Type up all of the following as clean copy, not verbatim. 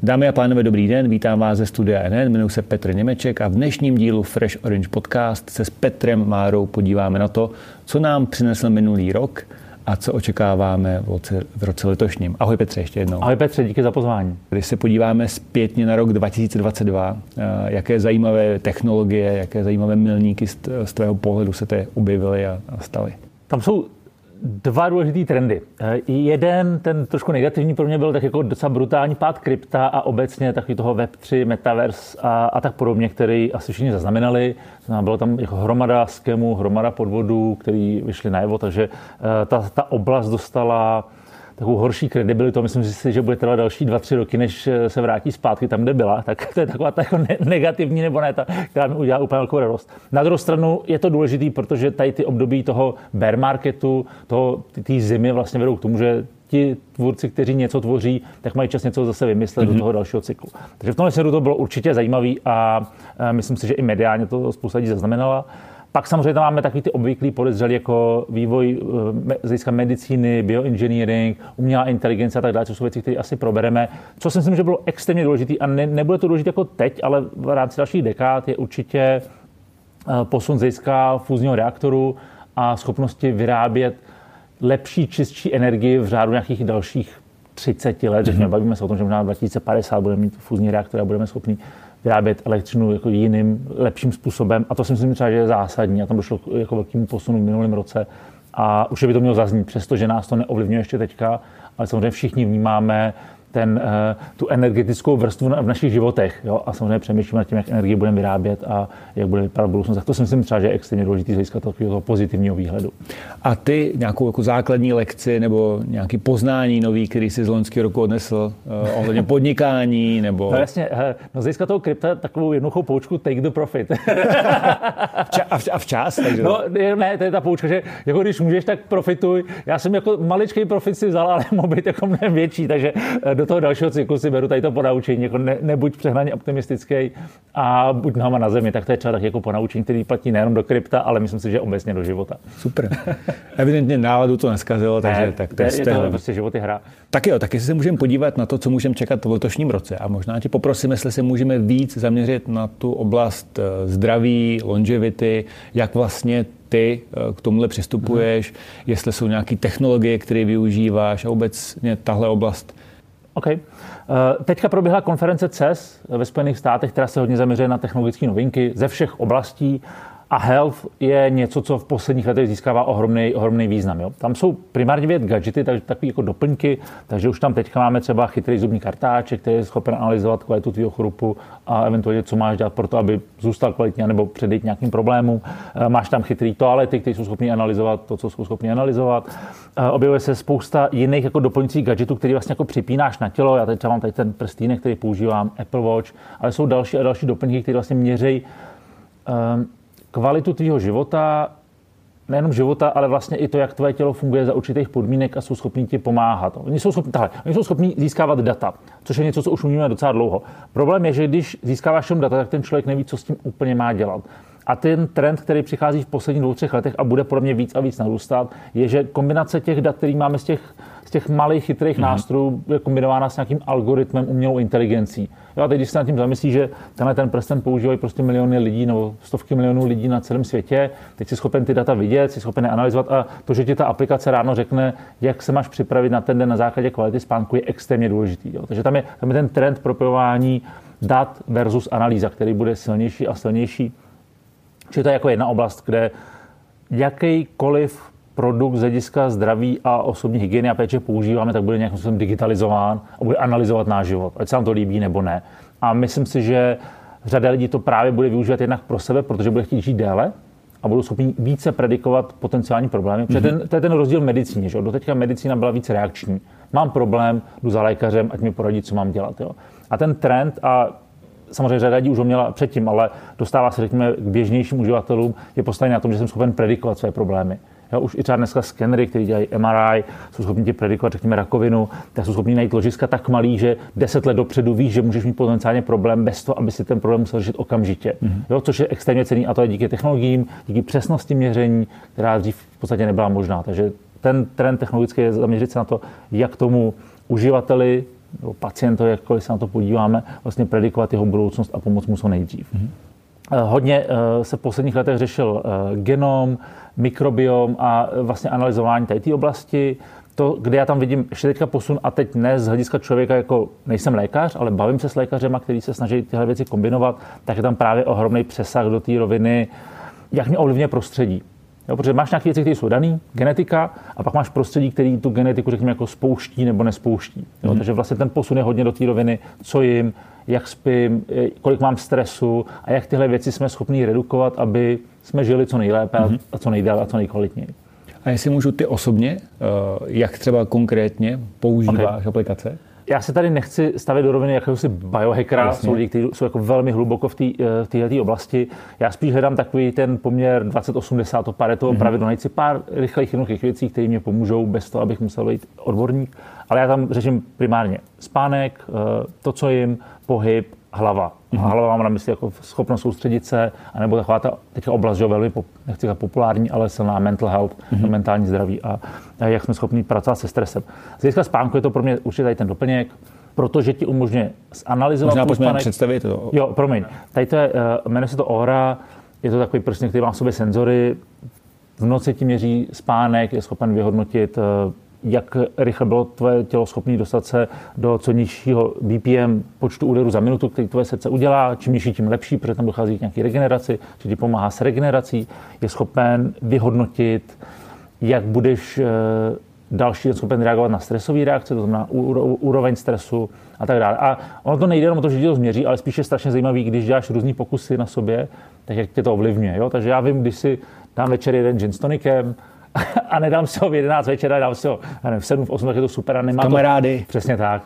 Dámy a pánové, dobrý den, vítám vás ze studia NN, jmenuji se Petr Němeček a v dnešním dílu Fresh Orange Podcast se s Petrem Márou podíváme na to, co nám přinesl minulý rok a co očekáváme v roce letošním. Ahoj Petře, ještě jednou. Ahoj Petře, díky za pozvání. Když se podíváme zpětně na rok 2022, jaké zajímavé technologie, jaké zajímavé milníky z tvého pohledu se tady objevily a staly? Tam jsou dva důležitý trendy. Jeden, ten trošku negativní pro mě byl tak jako docela brutální pád krypta a obecně takový toho Web3, Metaverse a tak podobně, který asi všichni zaznamenali. Bylo tam jako hromada skemů, hromada podvodů, který vyšly najevo, takže ta oblast dostala takovou horší kredibilitu. Myslím si, že bude trvat další 2-3 roky, než se vrátí zpátky tam, kde byla. Tak to je taková jako negativní, nebo ne, která mi udělá úplně velkou radost. Na druhou stranu je to důležitý, protože tady ty období toho bear marketu, té zimy vlastně vedou k tomu, že ti tvůrci, kteří něco tvoří, tak mají čas něco zase vymyslet do toho dalšího cyklu. Takže v tomhle směru to bylo určitě zajímavý a myslím si, že i mediálně to spousta lidí zaznamenala. Pak samozřejmě tam máme takový ty obvyklý podezřelí jako vývoj z hlediska medicíny, bioengineering, umělá inteligence a tak dále, co jsou věci, které asi probereme. Co si myslím, že bylo extrémně důležité a nebude to důležité jako teď, ale v rámci dalších dekád je určitě posun z hlediska fúzního reaktoru a schopnosti vyrábět lepší, čistší energii v řádu nějakých dalších 30 let. Řekněme, bavíme se o tom, že možná 2050 budeme mít fúzní reaktor a budeme schopni vyrábět elektřinu jako jiným, lepším způsobem. A to si myslím třeba, že je zásadní. A tam došlo jako velkému posunu v minulém roce. A už by to mělo zaznít, přestože nás to neovlivňuje ještě teďka, ale samozřejmě všichni vnímáme tu energetickou vrstvu v našich životech. Jo? A samozřejmě přemýšlíme nad tím, jak energii budeme vyrábět a jak bude vypadat budoucnost. Tak to si myslím třeba, že je extrémně důležitý z hlediska toho pozitivního výhledu. A ty nějakou jako základní lekci nebo nějaký poznání nový, který si z loňského roku odnesl ohledně podnikání nebo... No jasně, z hlediska toho krypta takovou jednoduchou poučku take the profit. A včas? Takže... No ne, to je ta poučka, že jako když můžeš, tak profituj. Já jsem jako maličký profit si vzal, ale mohl být jako mnohem větší, takže do toho dalšího cyklu si beru tady to ponaučení, jako nebuď přehnaně optimistický a buď nohama na zemi, tak to je třeba tak jako ponaučení, který platí nejenom do krypta, ale myslím si, že obecně do života. Super. Evidentně náladu to neskazilo, takže ne, tak to je prostě život je hra. Tak jo, taky se můžeme podívat na to, co můžeme čekat v letošním roce a možná tě poprosím, jestli se můžeme víc zaměřit na tu oblast zdraví, longevity, jak vlastně ty k tomuhle přistupuješ, jestli jsou nějaké technologie, které využíváš a obecně tahle oblast. OK. Teďka proběhla konference CES ve Spojených státech, která se hodně zaměřuje na technologické novinky ze všech oblastí a health je něco, co v posledních letech získává ohromný význam. Jo. Tam jsou primárně věc gadgety, takže takové jako doplňky, takže už tam teďka máme třeba chytrý zubní kartáček, který je schopen analyzovat kvalitu tvýho chrupu a eventuálně co máš dělat pro to, aby zůstal kvalitně nebo předejít nějakým problémům. Máš tam chytrý toalety, které jsou schopný analyzovat to, co jsou schopni analyzovat. Objevuje se spousta jiných jako doplňujících gadgetů, který vlastně jako připínáš na tělo. Já teď třeba mám tady ten prstýnek, který používám, Apple Watch, ale jsou další a další doplňky, které vlastně měří kvalitu tvýho života, nejenom života, ale vlastně i to, jak tvoje tělo funguje za určitých podmínek a jsou schopní ti pomáhat. Oni jsou schopní získávat data, což je něco, co už umíme docela dlouho. Problém je, že když získáváš jenom data, tak ten člověk neví, co s tím úplně má dělat. A ten trend, který přichází v posledních 2-3 letech a bude podle mě víc a víc narůstat, je, že kombinace těch dat, který máme z těch malých chytrých nástrojů, je kombinována s nějakým algoritmem, umělou inteligencí. Jo, a teď, když se nad tím zamyslí, že ten prsten používají prostě miliony lidí nebo stovky milionů lidí na celém světě, teď jsi schopen ty data vidět, jsi schopen je analyzovat a to, že ti ta aplikace ráno řekne, jak se máš připravit na ten den na základě kvality spánku, je extrémně důležitý. Jo. Takže tam je ten trend propojování dat versus analýza, který bude silnější a silnější. Čili to je jako jedna oblast, kde jakýkoliv produkt z hlediska zdraví a osobní hygieny a péče používáme, tak bude nějakým způsobem digitalizován a bude analyzovat náš život, ať se nám to líbí nebo ne. A myslím si, že řada lidí to právě bude využívat jednak pro sebe, protože bude chtít žít déle a budou schopni více predikovat potenciální problémy. To je ten rozdíl v medicíně. Že? Doteďka medicína byla více reakční. Mám problém, jdu za lékařem, ať mi poradí, co mám dělat. Jo? A ten trend, a samozřejmě řada lidí už ho měla předtím, ale dostává se, řekněme, k běžnějším uživatelům, je postavený na tom, že jsem schopen predikovat své problémy. Jo, už i třeba dneska skenery, které dělají MRI, jsou schopni ti predikovat, řekněme, rakovinu, tak jsou schopni najít ložiska tak malý, že 10 let dopředu víš, že můžeš mít potenciálně problém bez toho, aby si ten problém musel řešit okamžitě. Jo, což je extrémně cenný a to je díky technologiím, díky přesnosti měření, která dřív v podstatě nebyla možná. Takže ten trend technologický je zaměřit se na to, jak tomu uživateli nebo pacientovi, jakkoliv se na to podíváme, vlastně predikovat jeho budoucnost a pomoct mu co nejdřív. Hodně se v posledních letech řešil genom, mikrobiom a vlastně analyzování té oblasti. To, kde já tam vidím ještě teďka posun, a teď ne z hlediska člověka, jako nejsem lékař, ale bavím se s lékařema, kteří se snaží tyhle věci kombinovat, tak je tam právě ohromný přesah do té roviny, jak mě ovlivňuje prostředí. Jo, protože máš nějaké věci, které jsou dané, genetika, a pak máš prostředí, který tu genetiku, řekněme, jako spouští nebo nespouští. Jo, takže vlastně ten posun je hodně do té roviny, co jim, jak spím, kolik mám stresu a jak tyhle věci jsme schopni redukovat, aby jsme žili co nejlépe a co nejdéle a co nejkvalitněji. A jestli můžu ty osobně, jak třeba konkrétně používáš aplikace? Já se tady nechci stavět do roviny jakéhosi biohackera, jsou lidi, kteří jsou jako velmi hluboko v této oblasti. Já spíš hledám takový ten poměr 20-80, to Paretovo pravidlo, najít si pár rychlých jednoduchých věcí, které mě pomůžou bez toho, abych musel být odborník. Ale já tam řeším primárně spánek, to, co jim, pohyb, hlava. A hlava mám na mysli jako schopnost soustředit se, anebo taková ta teďka oblast, že velmi, nechci říkat populární, ale silná mental health, mentální zdraví a jak jsme schopni pracovat se stresem. Z hlediska spánku je to pro mě určitě tady ten doplněk, protože ti umožňuje zanalyzovat spánek. Možná pojďme představit to. Jo, promiň. Tady to je, jmenuje se to Oura, je to takový prstík, který má v sobě senzory. V noci ti měří spánek, je schopen vyhodnotit, jak rychle bylo tvoje tělo schopné dostat se do co nižšího BPM počtu úderů za minutu, který tvoje srdce udělá. Čím nižší, tím lepší, protože tam dochází k nějaké regeneraci, že ti pomáhá s regenerací. Je schopen vyhodnotit, jak budeš další schopen reagovat na stresové reakce, to znamená úroveň stresu a tak dále. A ono to nejde jenom o to, že ti to změří, ale spíš je strašně zajímavý, když děláš různý pokusy na sobě, tak jak tě to ovlivňuje. Jo? Takže já vím, když si dám večer jeden gin s tonikem, a nedám si ho v 11 večer, dám si ho v 7, v 8, tak je to super a nemá kamarády. To... Přesně tak.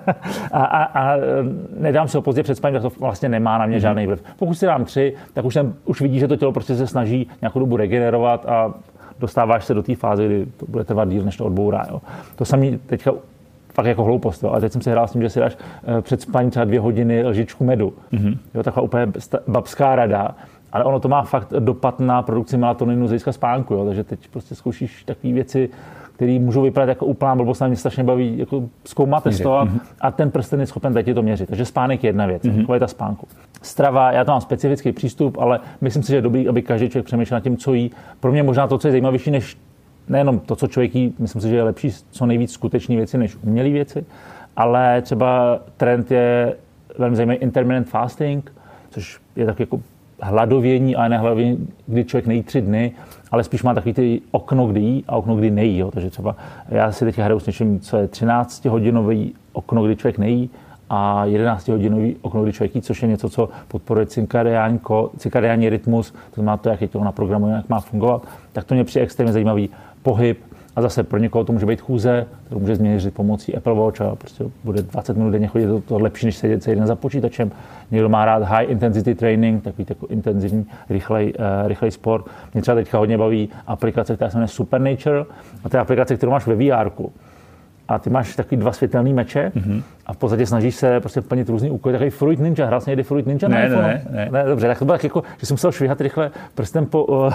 a nedám si ho pozdě před spaním, tak to vlastně nemá na mě žádný vliv. Pokud si dám 3, tak už vidíš, že to tělo prostě se snaží nějakou dobu regenerovat a dostáváš se do té fáze, kdy to bude trvat díl, než to odbourá. Jo. To samý teďka fakt jako hloupost, jo. Ale teď jsem si hrál s tím, že si dáš před spaním třeba 2 hodiny lžičku medu. Jo, taková úplně babská rada. Ale ono to má fakt dopad na produkci melatoninu z hlediska spánku, jo? Takže teď prostě zkoušíš takové věci, které můžou vypadat jako úplná blbost, mě strašně baví jako zkoumat, testovat a ten prsten je schopen teď to měřit. Takže spánek je jedna věc, kvalita spánku. Strava, já to mám specifický přístup, ale myslím si, že je dobrý, aby každý člověk přemýšlel nad tím, co jí. Pro mě možná to, co je zajímavější, než nejenom to, co člověk jí, myslím si, že je lepší co nejvíc skutečné věci než umělé věci, ale třeba trend je velmi zajímavý intermittent fasting, což je tak jako hladovění, ale ne hladovění, kdy člověk nejí 3 dny, ale spíš má takový ty okno, kdy jí a okno, kdy nejí. Jo. Takže třeba já si teď hraju s něčím, co je 13-hodinový okno, kdy člověk nejí a 11-hodinový okno, kdy člověk jí, což je něco, co podporuje cirkadiální rytmus, to znamená to, jak je tělo naprogramované, jak má fungovat. Tak to mě přijde extrémně zajímavý pohyb. A zase pro někoho to může být chůze, kterou může změřit pomocí Apple Watch a prostě bude 20 minut denně chodit, to lepší, než sedět celý den za počítačem. Někdo má rád high intensity training, takový jako intenzivní, rychlej sport. Mě třeba teďka hodně baví aplikace, která se jmenuje Supernature, a to je aplikace, kterou máš ve VR-ku. A ty máš takový 2 světelný meče a v podstatě snažíš se prostě plnit různý úkoly. Takový Fruit Ninja, hrál jsi někdy Fruit Ninja na iPhone? Ne. Dobře, tak to bylo tak jako, že jsem musel švihat rychle prstem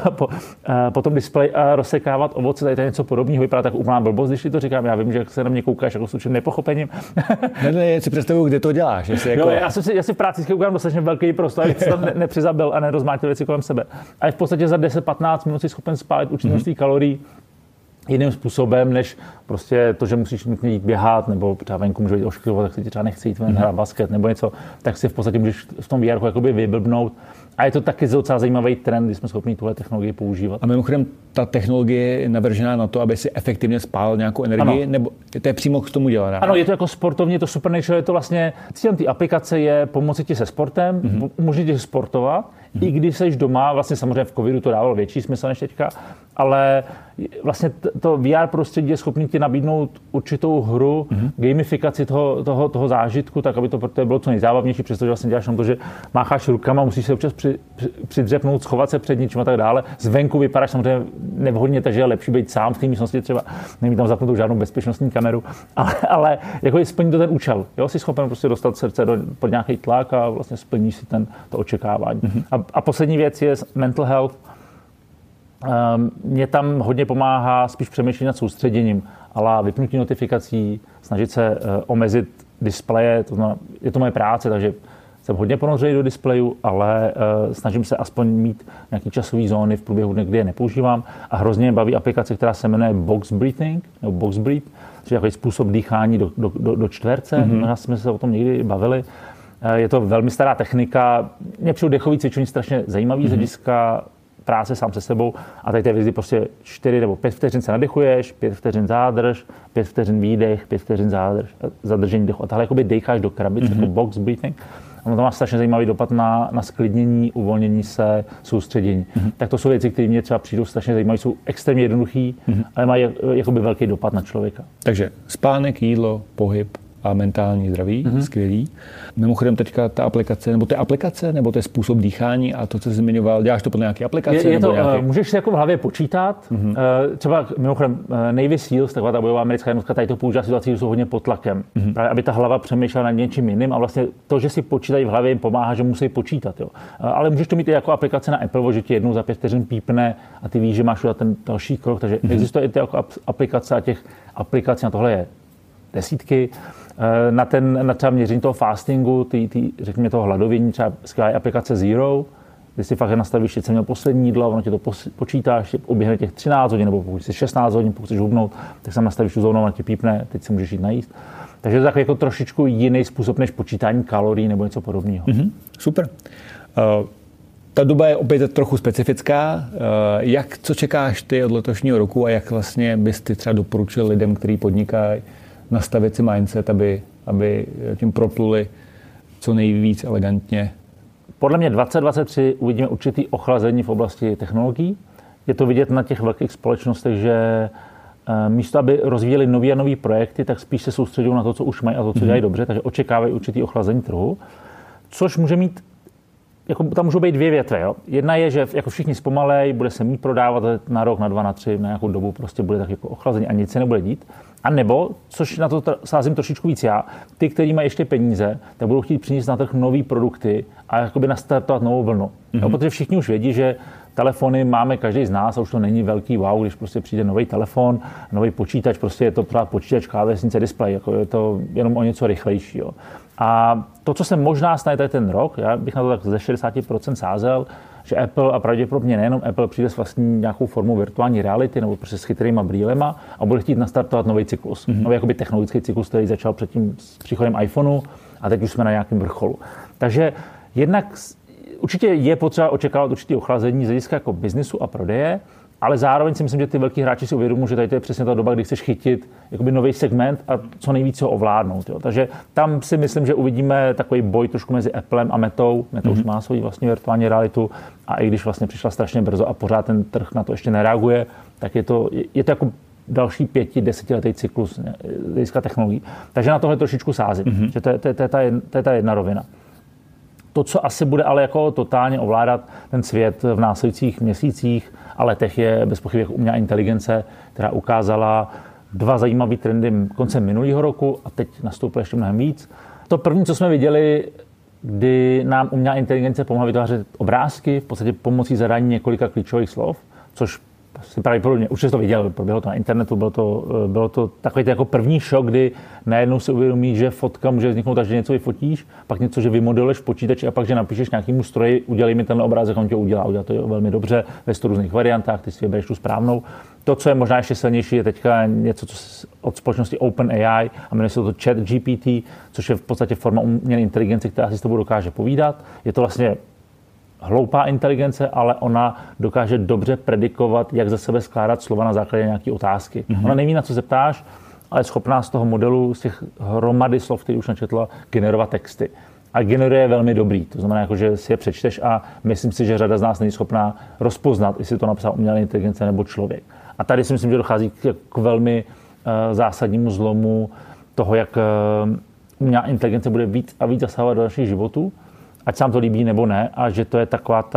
po tom displeji a rozsekávat ovoce, tady to je něco podobného, vypadá tak úplná blbost, když ti to říkám. Já vím, že se na mě koukáš jako s určitým nepochopením. Ne, si představuju, kde to děláš. Jako... Jo, já si v práci koukám dostatečně velký prostor, abych se tam nepřizabil a nerozmátil věci kolem sebe. A je v podstatě za 10-15 minut si schopen spálit určitě množství kalorií jiným způsobem, než prostě to, že musíš nutně jít běhat, nebo třeba venku může být ošklivovat, tak si ti třeba nechce jít ven hrát basket nebo něco, tak si v podstatě můžeš v tom VR jakoby vyblbnout. A je to taky docela zajímavý trend, kdy jsme schopni tuhle technologii používat. A mimochodem, ta technologie je navržená na to, aby si efektivně spálil nějakou energii, ano. Nebo to je přímo k tomu dělané? Ano, je to jako sportovně, to Supernature, je to vlastně, cílem té aplikace je pomoci ti se sportem, umožnit ti sportovat, i když seš doma, vlastně samozřejmě v covidu to dávalo větší smysl než teďka, ale vlastně to VR prostředí je schopný ti nabídnout určitou hru, gamifikaci toho zážitku, tak aby to pro tebe bylo co nejzábavnější, přestože vlastně děláš na to, že mácháš rukama, musíš se občas přidřepnout, schovat se před ničím a tak dále. Zvenku vypadáš samozřejmě nevhodně, takže je lepší být sám v té místnosti, třeba nemít tam zapnutou žádnou bezpečnostní kameru, ale jako splní to ten účel. Jo? Jsi schopen prostě dostat srdce pod nějaký tlak a vlastně splníš si to očekávání. A poslední věc je mental health. Mě tam hodně pomáhá spíš přemýšlení nad soustředěním, ale vypnutí notifikací, snažit se omezit displeje, to znamená, je to moje práce, takže jsem hodně ponořený do displejů, ale snažím se aspoň mít nějaký časový zóny v průběhu dne, kdy je nepoužívám. A hrozně mě baví aplikace, která se jmenuje Box Breathing, nebo Box Breathe, což je takový způsob dýchání do čtverce. Možná jsme se o tom někdy bavili. Je to velmi stará technika. Mně přijde dechový cvičení strašně zajímavý z hlediska práce sám se sebou. A tady té věci prostě 4 nebo 5 vteřin se nadechuješ, 5 vteřin zádrž, 5 vteřin výdech, 5 vteřin zadržení dechu. A tahle jakoby decháš do krabice, jako box breathing. Ono to má strašně zajímavý dopad na sklidnění, uvolnění se, soustředění. Tak to jsou věci, které mě třeba přijdou strašně zajímavé, jsou extrémně jednoduchý, ale mají jakoby velký dopad na člověka. Takže spánek, jídlo, pohyb a mentální zdraví, skvělý. Mimochodem teďka ta aplikace, nebo to je aplikace, nebo to je způsob dýchání a to, co jsi zmiňoval, děláš to podle nějaké aplikace? Je to, můžeš si jako v hlavě počítat, třeba mimochodem Navy Seals, taková ta bojová americká jednotka, tady to používá situaci, že jsou hodně pod tlakem, právě aby ta hlava přemýšlela nad něčím jiným a vlastně to, že si počítají v hlavě, jim pomáhá, že musí počítat. Jo. Ale můžeš to mít i jako aplikace na Apple, že ti jednou za 5 vteřin pípne a ty víš, že máš udělat ten další krok, takže existuje i ty jako aplikace a těch aplikací na tohle je desítky. Na třeba měření toho fastingu, řekněme toho hladovění, třeba skvělá aplikace Zero, kdy si fakt nastavíš, že jsi měl poslední jídlo, ono ti to počítáš, oběhne těch 13 hodin, nebo pokud jsi 16 hodin, pokud chceš hubnout, tak sam nastavíš tu zónu, ono ti pípne, teď si můžeš jít najíst. Takže to je takový jako trošičku jiný způsob než počítání kalorií nebo něco podobného. Super. Ta doba je opět trochu specifická. Co čekáš ty od letošního roku a jak vlastně bys ty třeba doporučil lidem, kteří podnikají, nastavit si mindset, aby tím propluli co nejvíc elegantně? Podle mě 2023 uvidíme určitý ochlazení v oblasti technologií. Je to vidět na těch velkých společnostech, že místo, aby rozvíjeli nový a nový projekty, tak spíš se soustředují na to, co už mají a to, co dělají dobře, takže očekávají určitý ochlazení trhu, což může mít, jako tam můžou být dvě větve. Jo? Jedna je, že jako všichni zpomalej, bude se mít prodávat na rok, na 2, na 3, na nějakou dobu prostě bude tak jako ochlazení a nic se nebude dít. A nebo, což na to sázím trošičku víc já, ty, kteří mají ještě peníze, tak budou chtít přinést na trh nový produkty a jakoby nastartovat novou vlnu. Jo, protože všichni už vědí, že telefony máme každý z nás a už to není velký wow, když prostě přijde nový telefon, nový počítač, prostě je to pořád počítač, klávesnice, displej, jako je to jenom o něco rychlejšího. A to, co se možná stane tady ten rok, já bych na to tak ze 60% sázel, že Apple a pravděpodobně nejenom Apple přijde s vlastní nějakou formou virtuální reality nebo prostě s chytrýma brýlema a bude chtít nastartovat nový cyklus. Nový jakoby technologický cyklus, který začal předtím s příchodem iPhoneu a teď už jsme na nějakém vrcholu. Takže jednak určitě je potřeba očekávat určitý ochlazení z hlediska jako biznisu a prodeje, ale zároveň si myslím, že ty velký hráči si uvědomují, že tady to je přesně ta doba, kdy chceš chytit jakoby nový segment a co nejvíc ho ovládnout. Jo. Takže tam si myslím, že uvidíme takový boj trošku mezi Applem a Metou. Meta už má svoji vlastní virtuální realitu a i když vlastně přišla strašně brzo a pořád ten trh na to ještě nereaguje, tak je to jako další 5-10 letý cyklus z hlediska technologií. Takže na tohle trošičku sázím, že to je ta jedna rovina. To, co asi bude ale jako totálně ovládat ten svět v následujících měsících a letech, je bez pochyby jako umělá inteligence, která ukázala 2 zajímavé trendy koncem minulého roku a teď nastoupilo ještě mnohem víc. To první, co jsme viděli, kdy nám umělá inteligence pomohla vytvářet obrázky, v podstatě pomocí zadání několika klíčových slov, což si pravděpodobně, už jsi to viděl, proběhlo to na internetu, bylo to takový jako první šok, kdy najednou si uvědomíš, že fotka může vzniknout tak, že něco vyfotíš, pak něco, že vymodeluješ v počítači a pak, že napíšeš nějakému stroji, udělej mi tenhle obrázek, on tě udělá to velmi dobře ve 100 různých variantách, ty si vybereš tu správnou. To, co je možná ještě silnější, je teďka něco od společnosti OpenAI a jmenuje se to ChatGPT, což je v podstatě forma umělé inteligence, která si s tebou dokáže povídat. Je to vlastně hloupá inteligence, ale ona dokáže dobře predikovat, jak za sebe skládat slova na základě nějaké otázky. Ona neví, na co se ptáš, ale je schopná z toho modelu, z těch hromady slov, který už načetla, generovat texty. A generuje velmi dobrý. To znamená, jako, že si je přečteš a myslím si, že řada z nás není schopná rozpoznat, jestli to napsal umělá inteligence nebo člověk. A tady si myslím, že dochází k velmi zásadnímu zlomu toho, jak umělá inteligence bude víc a víc zasahovat do našich životů, ať se nám to líbí nebo ne, a že to je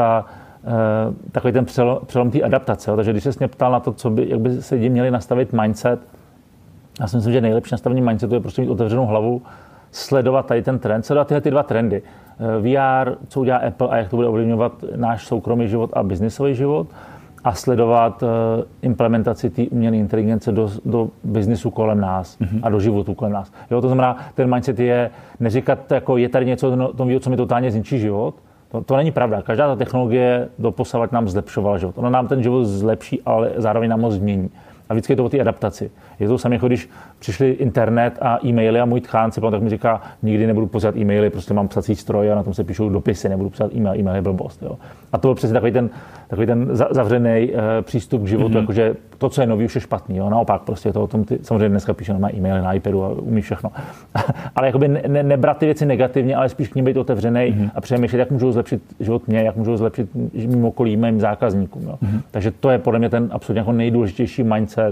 takový ten přelom té adaptace. Takže když se mě ptal na to, jak by se lidi měli nastavit mindset, já si myslím, že nejlepší nastavení mindsetu je prostě mít otevřenou hlavu, sledovat tady ten trend, sledovat tyhle 2 trendy. VR, co udělá Apple a jak to bude ovlivňovat náš soukromý život a biznisový život. a sledovat implementaci té umělé inteligence do biznisu kolem nás a do životu kolem nás. Jo, to znamená, ten mindset je neříkat, jako je tady něco, co mi totálně zničí život. To není pravda. Každá ta technologie doposavad nám zlepšovala život. Ona nám ten život zlepší, ale zároveň nám ho změní. A vždycky je to o té adaptaci. Je to samé, jako když přišli internet a e-maily a můj tchán si tak mi říká, nikdy nebudu posílat e-maily, prostě mám psací stroj a na tom se píšou dopisy, nebudu psát e-mail je blbost. Jo. A to byl přesně takový ten zavřený přístup k životu, jakože to, co je nový, už je špatný. Jo. Naopak, prostě je to o tom, samozřejmě dneska píšu na e-maily na iPadu a umí všechno. Ale jakoby nebrat ty věci negativně, ale spíš k ním být otevřený a přemýšlet, jak můžou zlepšit život mě, jak můžou zlepšit mým okolí, mým zákazníkům. Jo. Takže to je podle mě ten absolutně jako nejdůležitější mindset,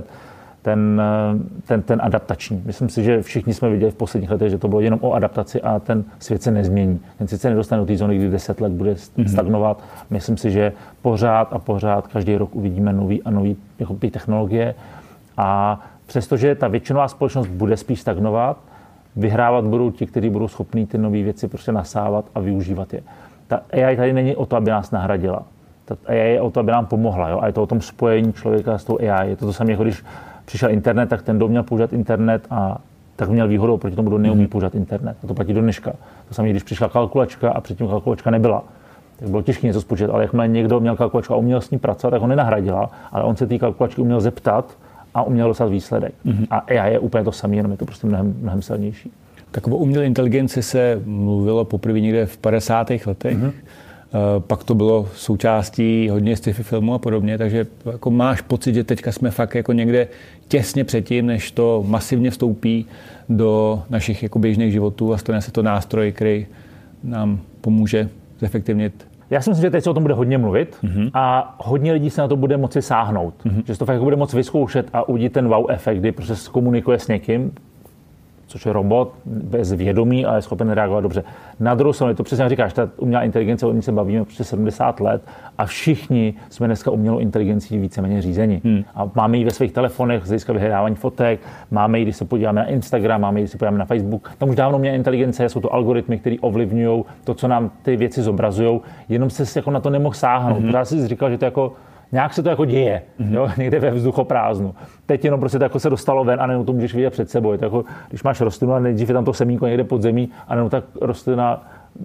ten adaptační. Myslím si, že všichni jsme viděli v posledních letech, že to bylo jenom o adaptaci a ten svět se nezmění. Ten svět se nedostane do té zóny, kdy 10 let bude stagnovat. Myslím si, že pořád každý rok uvidíme nový a nový jako ty technologie a přestože ta většinová společnost bude spíš stagnovat, vyhrávat budou ti, kteří budou schopní ty nové věci prostě nasávat a využívat je. Ta AI tady není o to, aby nás nahradila. Ta AI je o to, aby nám pomohla. Jo? A je to o tom spojení člověka s tou AI. Je to samé, jako když přišel internet, tak ten, kdo měl používat internet a tak měl výhodu, proti tomu, kdo neumí používat internet. A to platí do dneška. To samé, když přišla kalkulačka a předtím kalkulačka nebyla. Tak bylo těžké něco spočítat, ale jakmile někdo měl kalkulačku a uměl s ní pracovat, tak ho nenahradila, ale on se té kalkulačky uměl zeptat a uměl dostat výsledek. A AI je úplně to samé, jenom je to prostě mnohem silnější. Tak o umělé inteligenci se mluvilo poprvé někde v 50. letech. Pak to bylo součástí hodně sci-fi filmů a podobně, takže jako máš pocit, že teďka jsme fakt jako někde těsně předtím, než to masivně vstoupí do našich jako běžných životů a stane se to nástroj, který nám pomůže zefektivnit. Já si myslím, že teď se o tom bude hodně mluvit a hodně lidí se na to bude moci sáhnout. Že se to fakt jako bude moci vyzkoušet a uvidí ten wow efekt, kdy prostě se komunikuje s někým, což je robot, bez vědomí, ale je schopen reagovat dobře. Na druhou stranu, to přesně říkáš, ta umělá inteligence, o ní se bavíme prostě 70 let a všichni jsme dneska umělou inteligencí víceméně řízení. A máme ji ve svých telefonech z hlediska vyhledávání fotek, máme ji, když se podíváme na Instagram, máme ji, když se podíváme na Facebook. Tam už dávno umělá inteligence, jsou to algoritmy, které ovlivňují to, co nám ty věci zobrazují, jenom se jako na to nemohl sáhnout. Já si říkal, že to jako nějak se to jako děje, jo? Někde ve vzduchoprázdnu. Teď jenom prostě to jako se dostalo ven a jenom to můžeš vidět před sebou. Je to jako, když máš rostlinu a nejdřív je tam to semínko někde pod zemí a jenom tak rostlina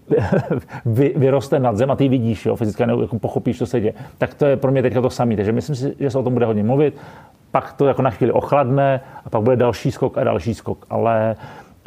vyroste nad zem a ty vidíš, jo? Fyzicky jako pochopíš, co se děje. Tak to je pro mě teďka to samé. Takže myslím si, že se o tom bude hodně mluvit. Pak to jako na chvíli ochladne a pak bude další skok a další skok. Ale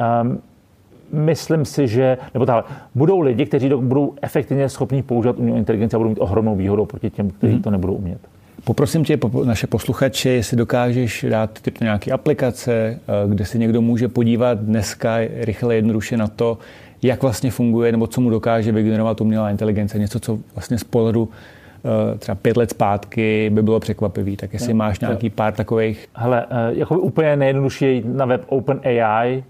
myslím si, že budou lidi, kteří budou efektivně schopni používat umělou inteligenci a budou mít ohromnou výhodu proti těm, kteří to nebudou umět. Poprosím tě, naše posluchače, jestli dokážeš dát typ nějaké aplikace, kde se někdo může podívat dneska rychle, jednoduše na to, jak vlastně funguje, nebo co mu dokáže vygenerovat umělá inteligence. Něco, co vlastně z pohledu třeba 5 let zpátky by bylo překvapivý. Tak jestli máš nějaký pár takových... Hele, jako úplně nejjednodušší na web OpenAI,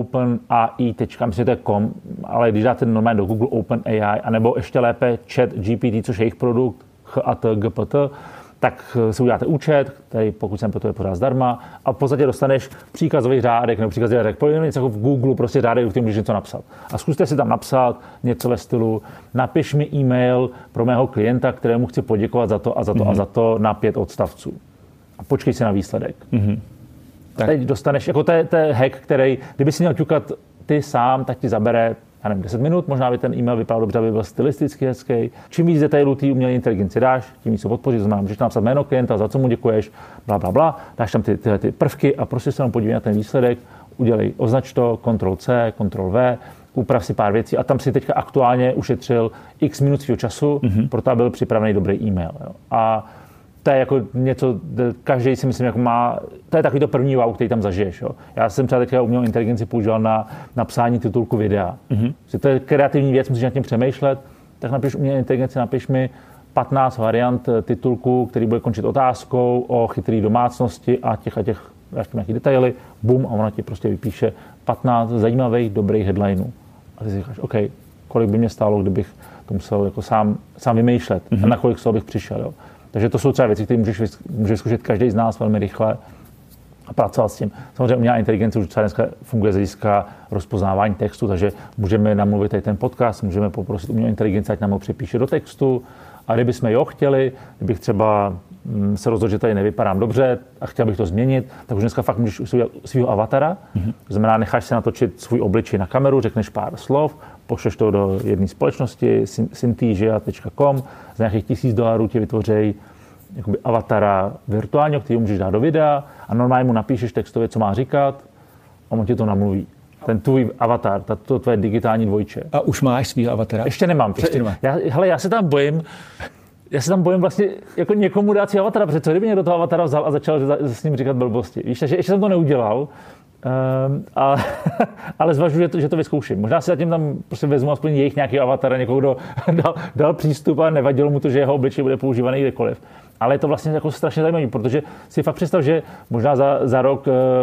openai.com, ale když dáte normálně do Google OpenAI, anebo ještě lépe ChatGPT, což je jejich produkt, GPT, tak si uděláte účet, který pokud jsem to je pořád zdarma, a v podstatě dostaneš příkazový řádek nebo příkazový řádek, pojďme něco jako v Google, prostě řádek, do kterého můžeš něco napsat. A zkuste si tam napsat něco ve stylu, napiš mi e-mail pro mého klienta, kterému chci poděkovat za to a za to a za to na 5 odstavců. A počkej si na výsledek. Tak. Teď dostaneš, jako to je hack, který, kdyby si měl ťukat ty sám, tak ti zabere, já nevím, 10 minut, možná by ten e-mail vypadal dobře, aby byl stylisticky hezký. Čím víc detailů ty umělé inteligenci dáš, tím víc ho podpoří, to znamená, můžeš napsat jméno klienta, za co mu děkuješ, bla, bla, bla, dáš tam ty prvky a prostě se tam podívej na ten výsledek, udělej, označ to, Ctrl+C, Ctrl+V, uprav si pár věcí a tam si teďka aktuálně ušetřil x minut svého času, proto byl připravený dobrý e-mail. Jo. A to je jako něco, každý si myslím, jako má, to je takový to první wow, který tam zažiješ. Jo. Já jsem třeba teďka umělou inteligenci používal na napsání titulku videa. To je kreativní věc, musíš nad tím přemýšlet, tak napiš umělé inteligenci, napiš mi 15 variant titulku, který bude končit otázkou o chytrý domácnosti a těch dáš tam nějaký detaily, bum, a ona ti prostě vypíše 15 zajímavých, dobrých headlineů. A ty si říkáš, OK, kolik by mě stálo, kdybych to musel jako sám vymýšlet a na kolik z toho bych přišel. Jo. Takže to jsou třeba věci, které může zkusit každý z nás velmi rychle a pracovat s tím. Samozřejmě umělá inteligence už třeba dneska funguje z hlediska rozpoznávání textu, takže můžeme namluvit tady ten podcast, můžeme poprosit umělou inteligenci, ať nám ho přepíše do textu. A kdybychom chtěli, kdybych třeba se rozhodl, že tady nevypadám dobře a chtěl bych to změnit, tak už dneska fakt můžeš udělat svého avatara. To znamená, necháš se natočit svůj obličej na kameru, řekneš pár slov, pošleš to do jedné společnosti, synthesia.com, za nějakých $1000 ti vytvoří jakoby avatara virtuálního, který můžeš dát do videa a normálně mu napíšeš textově, co má říkat a on ti to namluví. Ten tvůj avatar, to tvoje digitální dvojče. A už máš svýho avatara? Ještě nemám. Já se tam bojím vlastně jako někomu dát si avatara, protože co kdyby někdo toho avatara vzal a začal s ním říkat blbosti. Víš, takže ještě jsem to neudělal, ale zvažuji, že to vyzkouším. Možná si zatím tam prostě vezmu aspoň jejich nějaký avatar a někoho, kdo dal přístup a nevadilo mu to, že jeho obličej bude používaný kdekoliv. Ale je to vlastně jako strašně zajímavé, protože si fakt představ, že možná za rok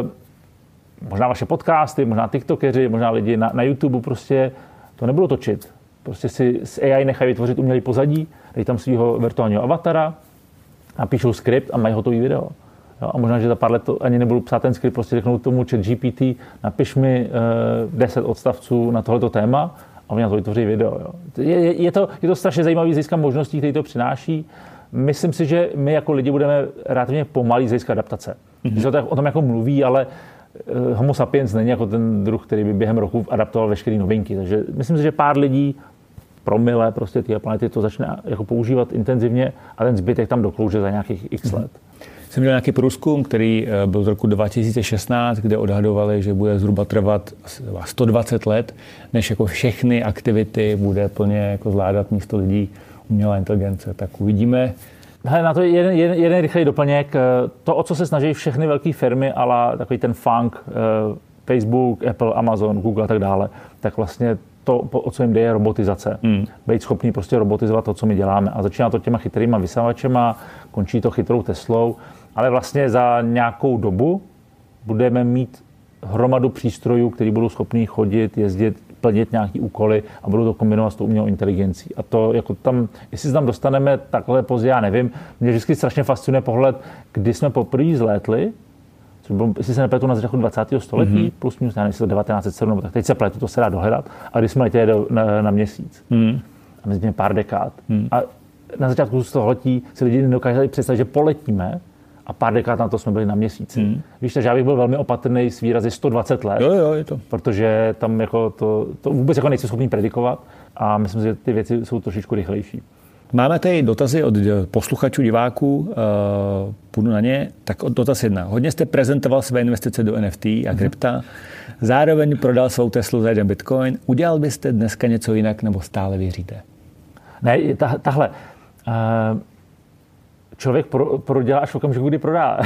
možná vaše podcasty, možná tiktokeři, možná lidi na YouTube prostě to nebudou točit. Prostě si s AI nechají vytvořit umělý pozadí, dají tam svého virtuálního avatara, napíšou skript a mají hotový video. Jo, a možná, že za pár let to ani nebudou psát ten skript, prostě řeknou tomu ChatGPT, napiš mi 10 odstavců na tohleto téma a oni na to vytvoří video. Jo. Je to strašně zajímavý z hlediska možností, které to přináší. Myslím si, že my jako lidi budeme relativně pomalí z hlediska adaptace. Když se o tom jako mluví, ale Homo sapiens není jako ten druh, který by během roku adaptoval veškeré novinky. Takže myslím si, že pár lidí promile prostě té planety to začne jako používat intenzivně a ten zbytek tam doklouže za nějakých x let. Jsem měl nějaký průzkum, který byl z roku 2016, kde odhadovali, že bude zhruba trvat 120 let, než jako všechny aktivity bude plně jako zvládat místo lidí umělá inteligence. Tak uvidíme. Hele, na to jeden rychlý doplněk. To, o co se snaží všechny velké firmy, ale takový ten funk, Facebook, Apple, Amazon, Google a tak dále, tak vlastně to, o co jim jde, je robotizace. Být schopný prostě robotizovat to, co my děláme. A začíná to těma chytrýma vysavačema, končí to chytrou Teslou, ale vlastně za nějakou dobu budeme mít hromadu přístrojů, které budou schopný chodit, jezdit, plnit nějaký úkoly a budou to kombinovat s tou umělou inteligencí. A to jako tam, jestli se tam dostaneme takhle pozdě, já nevím. Mě vždycky strašně fascinuje pohled, kdy jsme poprvé zlétli, což bylo, jestli se nepletu, na začátku 20. století, plus minus, nevím, jestli to 1907, tak teď se pletu, to se dá dohledat, a když jsme letěli na Měsíc. A mezi pár dekád. A na začátku století si lidi nedokázali představit, že poletíme, a pár dekád na to jsme byli na Měsíci. Víš, takže já bych byl velmi opatrný s výrazy 120 let, jo, je to. Protože tam jako to vůbec jako nejsme schopni predikovat a myslím, že ty věci jsou trošičku rychlejší. Máme tady dotazy od posluchačů, diváků, půjdu na ně. Tak dotaz 1. Hodně jste prezentoval své investice do NFT a krypta, zároveň prodal svou Teslu za 1 Bitcoin. Udělal byste dneska něco jinak nebo stále věříte? Ne, tahle. Člověk prodělá až v okamžiku, kdy prodá.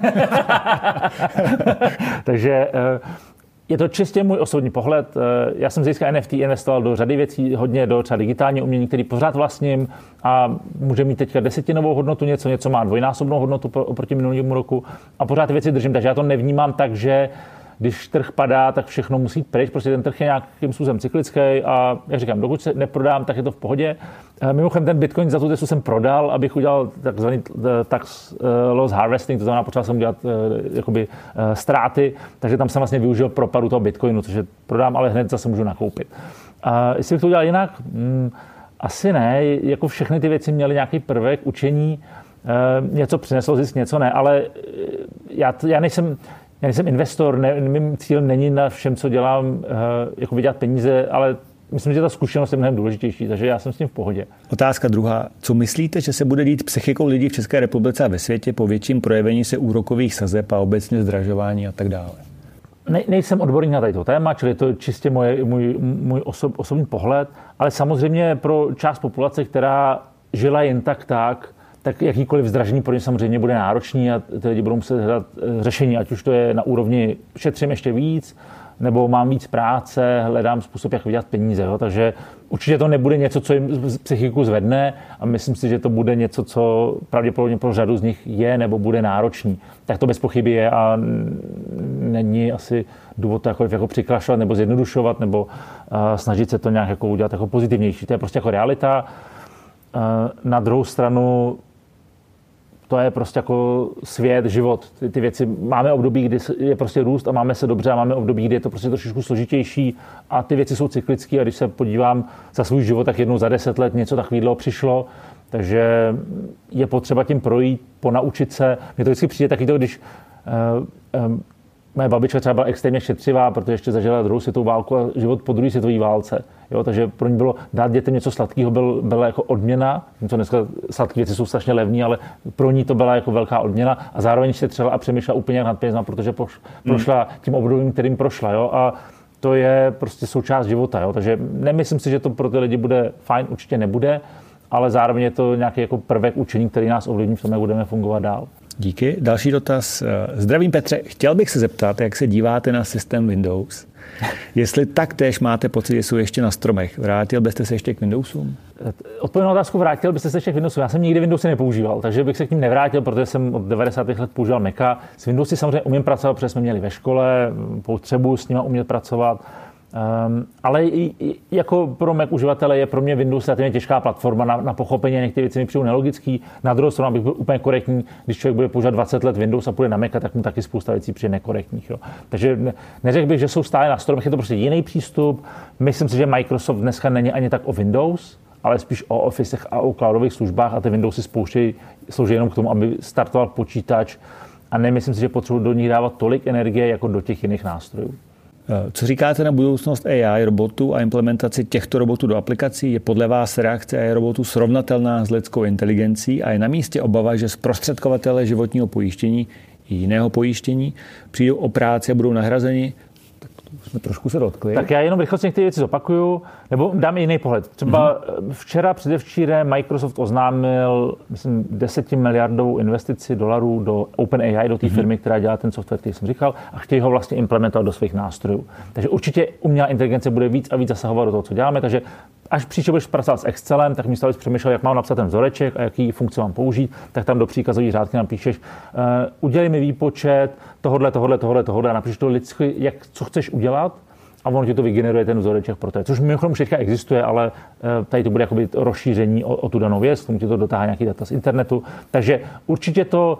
Takže je to čistě můj osobní pohled. Já jsem z hlediska NFT investoval do řady věcí, hodně do třeba digitální umění, který pořád vlastním a může mít teďka 10novou hodnotu, něco má dvojnásobnou hodnotu oproti minulému roku a pořád ty věci držím. Takže já to nevnímám tak, že když trh padá, tak všechno musí jít pryč, prostě ten trh je nějakým způsobem cyklický a jak říkám, dokud se neprodám, tak je to v pohodě. Mimochodem ten Bitcoin za tu Teslu jsem prodal, abych udělal takzvaný tax loss harvesting, to znamená, potřeboval jsem udělat jakoby ztráty, takže tam jsem vlastně využil propadu toho Bitcoinu, což je prodám, ale hned zase můžu nakoupit. Jestli bych to udělal jinak? Asi ne, jako všechny ty věci měly nějaký prvek učení, něco přineslo zisk, něco ne, ale já nejsem investor, mým cílem není na všem, co dělám, jako vydělat peníze, ale myslím, že ta zkušenost je mnohem důležitější, takže já jsem s tím v pohodě. Otázka druhá. Co myslíte, že se bude dít psychikou lidí v České republice a ve světě po větším projevení se úrokových sazeb a obecně zdražování a tak dále? Nejsem odborník na toto téma, čili to je čistě můj osobní pohled, ale samozřejmě pro část populace, která žila jen tak jakýkoliv zdražení pro ně samozřejmě bude náročný a ty lidi budou muset hledat řešení, ať už to je na úrovni šetřím ještě víc, nebo mám víc práce, hledám způsob, jak vydělat peníze. Jo? Takže určitě to nebude něco, co jim psychiku zvedne a myslím si, že to bude něco, co pravděpodobně pro řadu z nich je nebo bude náročný. Tak to bez pochyby je a není asi důvod to jako přikrašovat nebo zjednodušovat nebo snažit se to nějak jako udělat jako pozitivnější. To je prostě jako realita. Na druhou stranu to je prostě jako svět, život. Ty věci, máme období, kdy je prostě růst a máme se dobře a máme období, kdy je to prostě trošičku složitější a ty věci jsou cyklické a když se podívám za svůj život, tak jednou za 10 let něco takového přišlo Takže je potřeba tím projít, ponaučit se. Mně to vždycky přijde taky to, když moje babička třeba byla extrémně šetřivá, protože ještě zažila druhou světovou válku a život po druhé světové válce. Jo, takže pro ní bylo dát dětem něco sladkého byla jako odměna. Něco dneska sladké věci jsou strašně levné, ale pro ní to byla jako velká odměna a zároveň šetřila a přemýšlela úplně nad penězma, protože prošla tím obdobím, kterým prošla. Jo, a to je prostě součást života. Jo, takže nemyslím si, že to pro ty lidi bude fajn, určitě nebude, ale zároveň je to nějaký jako prvek učení, který nás ovlivní v tom, jak budeme fungovat dál. Díky. Další dotaz. Zdravím Petře, chtěl bych se zeptat, jak se díváte na systém Windows. Jestli taktéž máte pocit, že jsou ještě na stromech. Vrátil byste se ještě k Windowsům? Odpověď na otázku, vrátil byste se ještě k Windowsům. Já jsem nikdy Windowsy nepoužíval, takže bych se k ním nevrátil, protože jsem od 90. let používal Maca. S Windowsy samozřejmě umím pracovat, protože jsme měli ve škole potřebu s nimi umět pracovat. Ale jako pro Mac uživatele je pro mě Windows relativně těžká platforma na pochopení, některé věci mi přijdou nelogický. Na druhou stranu, abych byl úplně korektní, když člověk bude používat 20 let Windows a půjde na Mac, tak mu taky spousta věcí přijde nekorektních. Jo. Takže neřekl bych, že jsou stále na stromech, je to prostě jiný přístup. Myslím si, že Microsoft dneska není ani tak o Windows, ale spíš o Officech a o cloudových službách a ty Windowsy slouží jenom k tomu, aby startoval počítač a nemyslím si, že potřebuji do nich dávat tolik energie jako do těch jiných nástrojů. Co říkáte na budoucnost AI robotů a implementaci těchto robotů do aplikací? Je podle vás reakce AI robotů srovnatelná s lidskou inteligencí a je na místě obava, že zprostředkovatele životního pojištění i jiného pojištění přijdou o práci a budou nahrazeni? Tak jsme trošku se dotkli. Tak já jenom rychle některé věci zopakuju, nebo dám jiný pohled. Třeba včera, předevčírem Microsoft oznámil, myslím, 10 miliardovou investici dolarů do OpenAI, do té firmy, která dělá ten software, který jsem říkal, a chtějí ho vlastně implementovat do svých nástrojů. Takže určitě umělá inteligence bude víc a víc zasahovat do toho, co děláme. Takže až příště budeš pracovat s Excelem, tak místo abys přemýšlel, jak mám napsat ten vzoreček a jaký funkce mám použít, tak tam do příkazové řádky napíšeš, udělej mi výpočet tohle a napíšeš to lidsky, co chceš udělat a ono ti to vygeneruje ten vzoreček pro to. Což mimochodem už teďka existuje, ale tady to bude jakoby rozšíření o tu danou věc, tomu ti to dotáhá nějaký data z internetu. Takže určitě to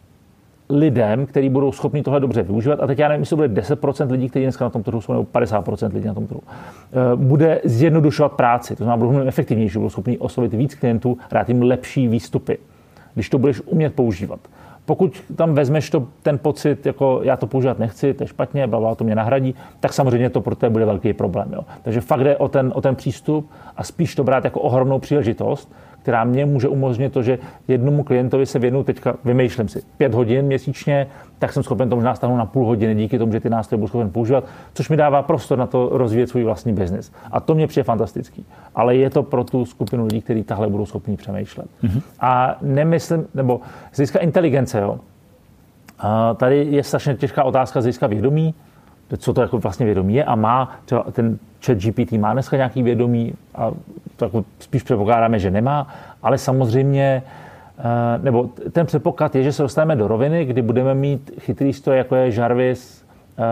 lidem, kteří budou schopni tohle dobře využívat, a teď já nevím, jestli to bude 10% lidí, kteří dneska na tom trhu jsou, nebo 50% lidí na tom trhu, bude zjednodušovat práci. To znamená, budou mnohem efektivnější, budou schopni oslovit víc klientů, dát jim lepší výstupy, když to budeš umět používat. Pokud tam vezmeš ten pocit, jako já to používat nechci, to je špatně, blablabla, to mě nahradí, tak samozřejmě to pro tebe bude velký problém. Jo. Takže fakt jde o ten přístup a spíš to brát jako ohromnou příležitost, která mě může umožnit to, že jednomu klientovi se věnu teďka, vymýšlím si, 5 hodin měsíčně, tak jsem schopen to možná stáhnout na půl hodiny díky tomu, že ty nástroje budu schopen používat, což mi dává prostor na to rozvíjet svůj vlastní biznis. A to mě přijde fantastický. Ale je to pro tu skupinu lidí, kteří tahle budou schopni přemýšlet. A nemyslím, nebo z hlediska inteligence, jo. A tady je strašně těžká otázka z hlediska vědomí, co to jako vlastně vědomí je a má třeba ten ChatGPT má dneska nějaký vědomí a to jako spíš předpokládáme, že nemá, ale samozřejmě, nebo ten předpoklad je, že se dostaneme do roviny, kdy budeme mít chytrý stroj, jako je Jarvis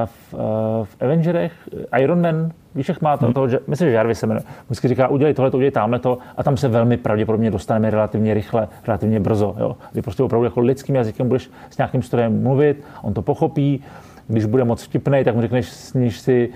v Avengerech, Iron Man, víš, jak má toho, že, myslím, že Jarvis se jmenuje, vždycky říká, udělej tohle, udělej tamhleto a tam se velmi pravděpodobně dostaneme relativně rychle, relativně brzo, jo. Kdy prostě opravdu jako lidským jazykem budeš s nějakým strojem mluvit, on to pochopí. Když bude moc vtipnej, tak mu řekneš, sníž si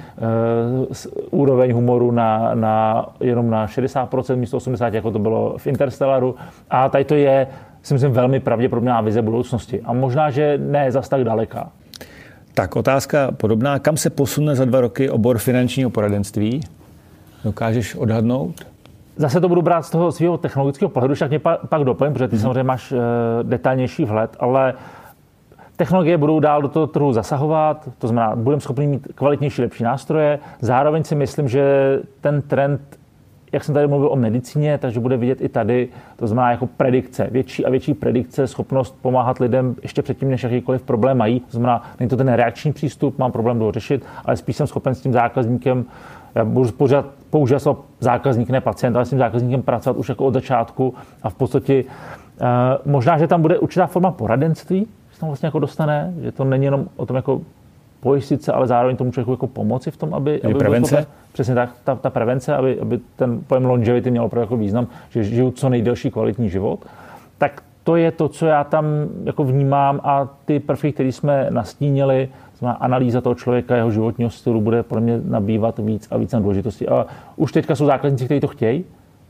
úroveň humoru jenom na 60% místo 80%, jako to bylo v Interstellaru. A tady to je, si myslím, velmi pravděpodobná vize budoucnosti. A možná, že ne zas tak daleká. Tak otázka podobná. Kam se posune za 2 roky obor finančního poradenství? Dokážeš odhadnout? Zase to budu brát z toho svého technologického pohledu, však mě pak doplním, protože ty samozřejmě máš detailnější vhled, ale technologie budou dál do toho trhu zasahovat, to znamená, budeme schopni mít kvalitnější, lepší nástroje. Zároveň si myslím, že ten trend, jak jsem tady mluvil o medicíně, takže bude vidět i tady, to znamená jako predikce, větší a větší predikce, schopnost pomáhat lidem ještě předtím, než jakýkoliv problém mají. To znamená, není to ten reakční přístup, mám problém do řešit, ale spíš jsem schopen s tím zákazníkem, já budu používat slovo zákazník, ne pacient, ale s tím zákazníkem pracovat už jako od začátku a v podstatě možná, že tam bude určitá forma poradenství, tam vlastně jako dostane, že to není jenom o tom jako pojistit se, ale zároveň tomu člověku jako pomoci v tom, aby prevence? Přesně tak, ta prevence, aby ten pojem longevity měl opravdu jako význam, že žiju co nejdelší kvalitní život. Tak to je to, co já tam jako vnímám a ty prvky, které jsme nastínili, znamená analýza toho člověka, jeho životního stylu bude pro mě nabývat víc a víc na důležitosti. A už teďka jsou zákazníci, kteří to chtějí,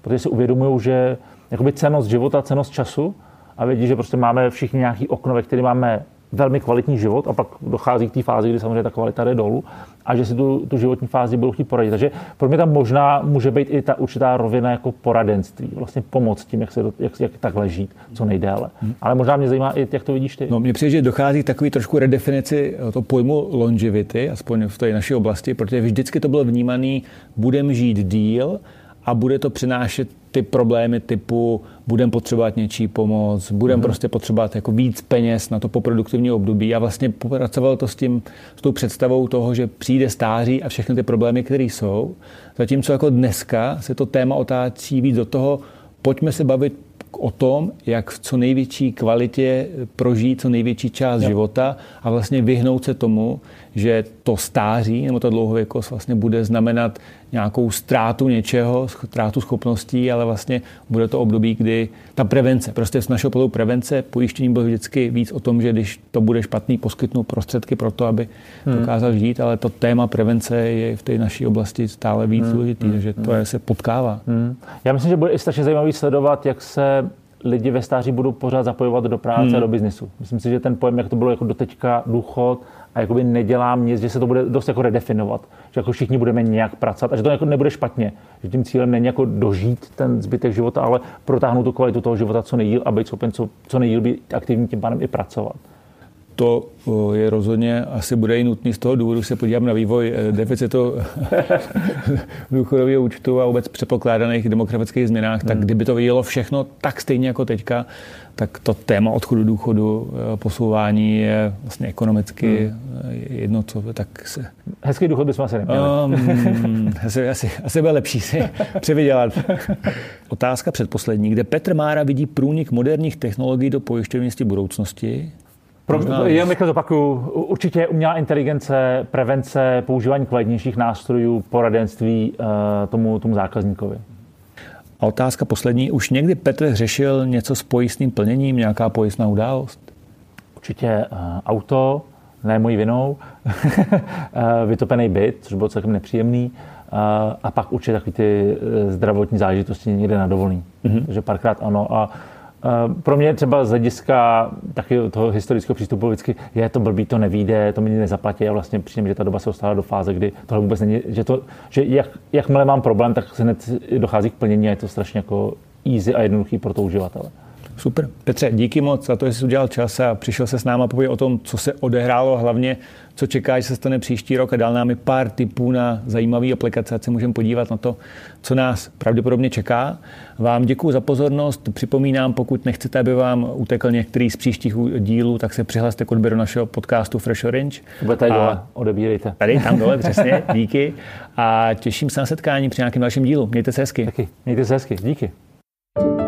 protože si uvědomují, že jakoby cennost života, cennost času a vědí, že prostě máme všichni nějaký okno, ve kterém máme velmi kvalitní život a pak dochází k té fázi, kdy samozřejmě ta kvalita jde dolů a že si tu životní fázi budou chtít poradit. Takže pro mě tam možná může být i ta určitá rovina jako poradenství, vlastně pomoc tím, jak takhle žít co nejdéle. Ale možná mě zajímá i, jak to vidíš ty. No, mně přijde, že dochází k takový trošku redefinici toho pojmu longevity, aspoň v té naší oblasti, protože vždycky to bylo vnímaný, budeme žít díl a bude to přinášet ty problémy typu budeme potřebovat něčí pomoc, budeme prostě potřebovat jako víc peněz na to poproduktivní období a vlastně pracovalo to s tou představou toho, že přijde stáří a všechny ty problémy, které jsou. Zatímco jako dneska se to téma otáčí víc do toho, pojďme se bavit o tom, jak v co největší kvalitě prožít co největší část života a vlastně vyhnout se tomu, že to stáří nebo ta dlouhověkost vlastně bude znamenat nějakou ztrátu něčeho, ztrátu schopností, ale vlastně bude to období, kdy ta prevence, prostě z našeho pohledu prevence, pojištění bylo vždycky víc o tom, že když to bude špatný, poskytnout prostředky pro to, aby dokázal žít, ale to téma prevence je v té naší oblasti stále víc důležitý, takže to se potkává. Já myslím, že bude i strašně zajímavý sledovat, jak se lidi ve stáří budou pořád zapojovat do práce a do biznisu. Myslím si, že ten pojem, jak to bylo jako doteďka důchod a jakoby nedělám nic, že se to bude dost jako redefinovat, že jako všichni budeme nějak pracovat a že to jako nebude špatně, že tím cílem není jako dožít ten zbytek života, ale protáhnout tu kvalitu toho života co nejdýl a být schopen co nejdýl být aktivní, tím pádem i pracovat. To je rozhodně, asi bude i nutný z toho důvodu, se podívám na vývoj deficitu důchodového účtu a vůbec předpokládaných demografických změnách, tak kdyby to vidělo všechno tak stejně jako teďka, tak to téma odchodu důchodu, posouvání je vlastně ekonomicky jedno, co tak se... Hezký důchod bychom asi neměli. Asi bude lepší si převydělat. Otázka předposlední, kde Petr Mára vidí průnik moderních technologií do pojišťovnictví budoucnosti? Jenom rychle zopakuju. Určitě umělá inteligence, prevence, používání kvalitnějších nástrojů, poradenství tomu zákazníkovi. A otázka poslední. Už někdy Petr řešil něco s pojistným plněním, nějaká pojistná událost? Určitě auto, ne mojí vinou, vytopený byt, což bylo celkem nepříjemný, a pak určitě takový ty zdravotní záležitosti někde na dovolený. Takže párkrát ano. A pro mě třeba z hlediska taky toho historického přístupu vždycky je to blbý, to nevyjde, to mi nezaplatí a vlastně přijím, že ta doba se dostala do fáze, kdy tohle vůbec není, že jakmile mám problém, tak se hned dochází k plnění a je to strašně jako easy a jednoduchý pro toho uživatele. Super. Petře, díky moc za to, že jsi udělal čas a přišel se s náma povědět o tom, co se odehrálo, hlavně co čeká, že se stane příští rok a dal nám i pár tipů na zajímavé aplikace, ať se můžeme podívat na to, co nás pravděpodobně čeká. Vám děkuji za pozornost. Připomínám, pokud nechcete, aby vám utekl některý z příštích dílů, tak se přihlaste k odběru našeho podcastu Fresh Orange. Bude tady dole, odebírejte. Tady, tam dole, přesně, díky. A těším se na setkání při nějakém dalším dílu. Mějte se hezky. Taky, mějte se hezky, díky.